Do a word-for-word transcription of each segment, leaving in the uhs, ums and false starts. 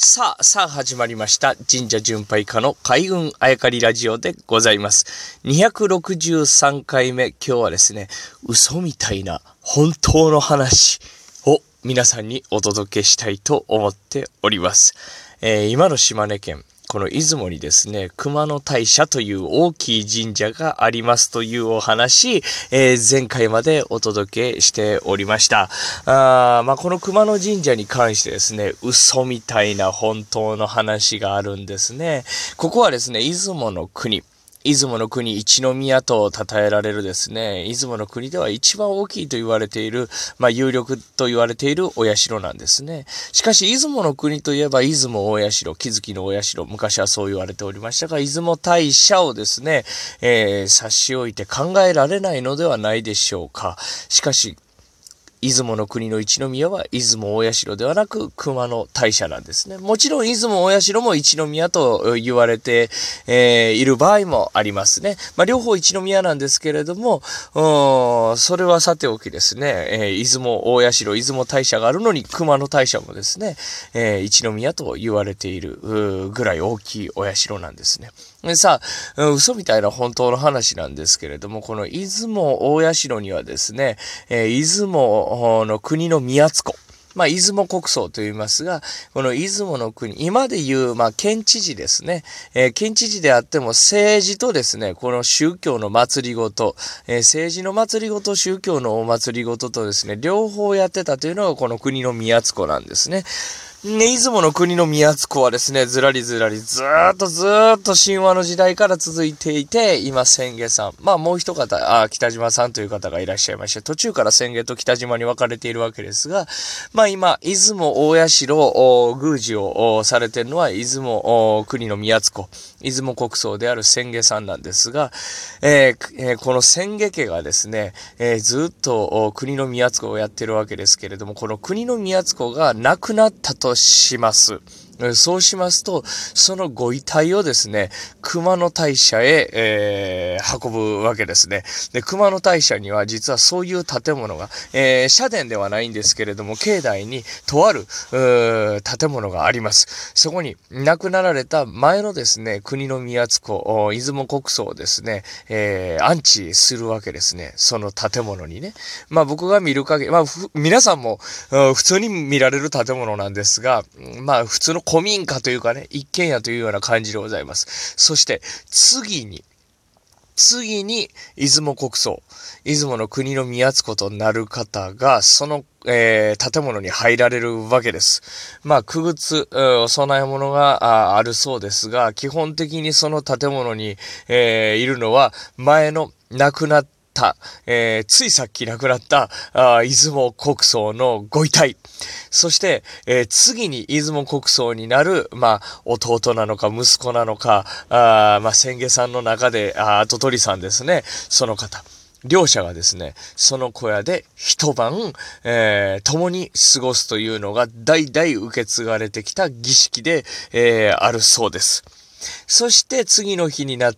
さあ、さあ始まりました。神社巡拝家の開運あやかりラジオでございます。にひゃくろくじゅうさんかいめ、今日はですね、嘘みたいな本当の話を皆さんにお届けしたいと思っております。えー、今の島根県、この出雲にですね、熊野大社という大きい神社がありますというお話、えー、前回までお届けしておりました。あまあ、この熊野神社に関してですね、嘘みたいな本当の話があるんですね。ここはですね、出雲の国。出雲の国一宮と称えられるですね、出雲の国では一番大きいと言われている、まあ有力と言われているお社なんですね。しかし出雲の国といえば出雲大社、木月の大社、昔はそう言われておりましたが、出雲大社をですね、えー、差し置いて考えられないのではないでしょうか。しかし、出雲の国の一宮は出雲大社ではなく熊野大社なんですね。もちろん出雲大社も一宮と言われて、えー、いる場合もありますね。まあ、両方一宮なんですけれども、それはさておきですね、えー、出雲大社、出雲大社があるのに熊野大社もですね、えー、一宮と言われているぐらい大きいお社なんですね。でさあ、嘘みたいな本当の話なんですけれども、この出雲大社にはですね、えー、出雲の国の宮津湖、まあ、出雲国葬と言いますが、この出雲の国、今で言う、まあ、県知事ですね。えー、県知事であっても政治とですね、この宗教の祭りごと、えー、政治の祭りごと、宗教のお祭りごととですね、両方やってたというのがこの国の宮津湖なんですね。ね、出雲の国の宮津湖はですね、ずらりずらり、ずーっとずーっと神話の時代から続いていて、今、千家さん。まあ、もう一方、あ北島さんという方がいらっしゃいまして、途中から千家と北島に分かれているわけですが、まあ、今、出雲大社を、宮司をされているのは、出雲国の宮津湖、出雲国葬である千家さんなんですが、えーえー、この千家家がですね、えー、ずっと国の宮津湖をやっているわけですけれども、この国の宮津湖がなくなったとします。そうしますと、そのご遺体をですね、熊野大社へ、えー、運ぶわけですね。で、熊野大社には実はそういう建物が、えー、社殿ではないんですけれども、境内にとある建物があります。そこに亡くなられた前のですね、国の宮津湖、出雲国葬をですね、えー、安置するわけですね。その建物にね。まあ僕が見る限り、まあ皆さんも普通に見られる建物なんですが、まあ普通の古民家というかね、一軒家というような感じでございます。そして、次に、次に、出雲国葬、出雲の国の宮津湖となる方が、その、えー、建物に入られるわけです。まあ、くぐつ、お供え物が あ, あるそうですが、基本的にその建物に、えー、いるのは、前の亡くなった、えー、ついさっき亡くなったあ出雲国葬のご遺体。そして、えー、次に出雲国葬になる、まあ、弟なのか息子なのか、あまあ、千家さんの中で、あ跡取りさんですね。その方。両者がですね、その小屋で一晩、えー、共に過ごすというのが代々受け継がれてきた儀式で、えー、あるそうです。そして次の日になって、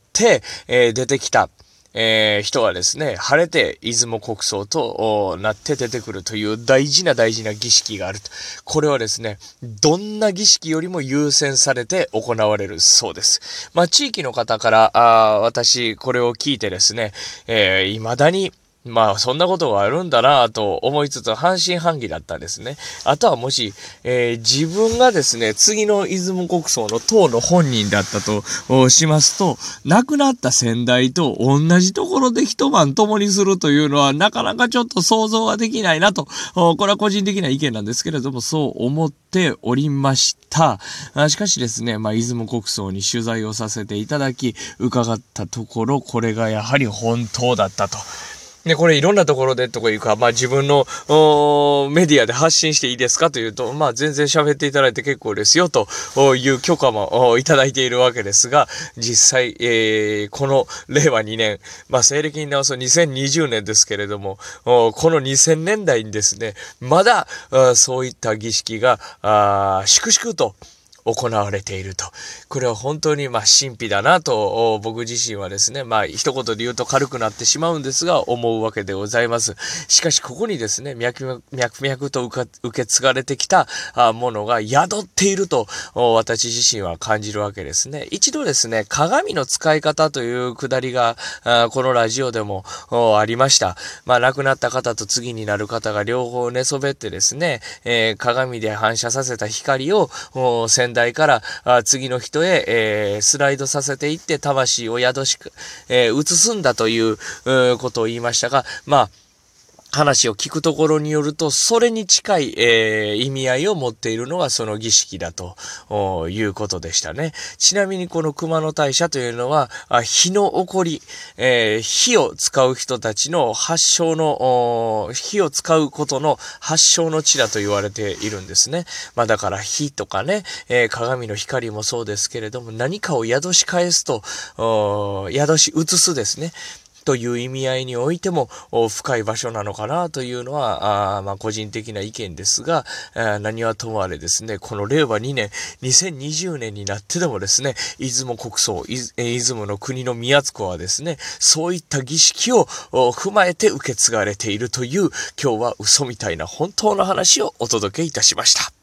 えー、出てきた、えー、人はですね、晴れて出雲国葬となって出てくるという大事な大事な儀式がある。これはですね、どんな儀式よりも優先されて行われるそうです。まあ、地域の方から、あ私、これを聞いてですね、えー、未だに、まあ、そんなことがあるんだなぁと思いつつ半信半疑だったんですね。あとはもし、えー、自分がですね、次の出雲国葬の当の本人だったとしますと、亡くなった先代と同じところで一晩共にするというのはなかなかちょっと想像ができないなと、これは個人的な意見なんですけれども、そう思っておりました。しかしですね、まあ、出雲国葬に取材をさせていただき、伺ったところ、これがやはり本当だったと。で、これいろんなところでとかいうか、まあ自分のメディアで発信していいですかというと、まあ全然喋っていただいて結構ですよという許可もいただいているわけですが、実際、えー、このれいわにねん、まあ西暦に直すとにせんにじゅうねんですけれども、このにせんねんだいにですね、まだそういった儀式が粛々と行われていると。これは本当にまあ神秘だなと僕自身はですね、まあ一言で言うと軽くなってしまうんですが思うわけでございます。しかしここにですね、脈々、脈々と受け継がれてきたものが宿っていると私自身は感じるわけですね。一度ですね、鏡の使い方というくだりがこのラジオでもありました。まあ亡くなった方と次になる方が両方寝そべってですね、えー、鏡で反射させた光を先代からあ次の人へ、えー、スライドさせていって魂を宿し、えー、移すんだという、うことを言いましたが、まあ話を聞くところによると、それに近い、えー、意味合いを持っているのがその儀式だということでしたね。ちなみにこの熊野大社というのは、火の起こり、えー、火を使う人たちの発祥の、火を使うことの発祥の地だと言われているんですね。まあだから火とかね、えー、鏡の光もそうですけれども、何かを宿し返すと、宿し移すですね。という意味合いにおいても深い場所なのかなというのは、あまあ個人的な意見ですが、何はともあれですね、このれいわにねん、にせんにじゅうねんになってでもですね、出雲国葬、出雲の国の宮津湖はですね、そういった儀式を踏まえて受け継がれているという、今日は嘘みたいな本当の話をお届けいたしました。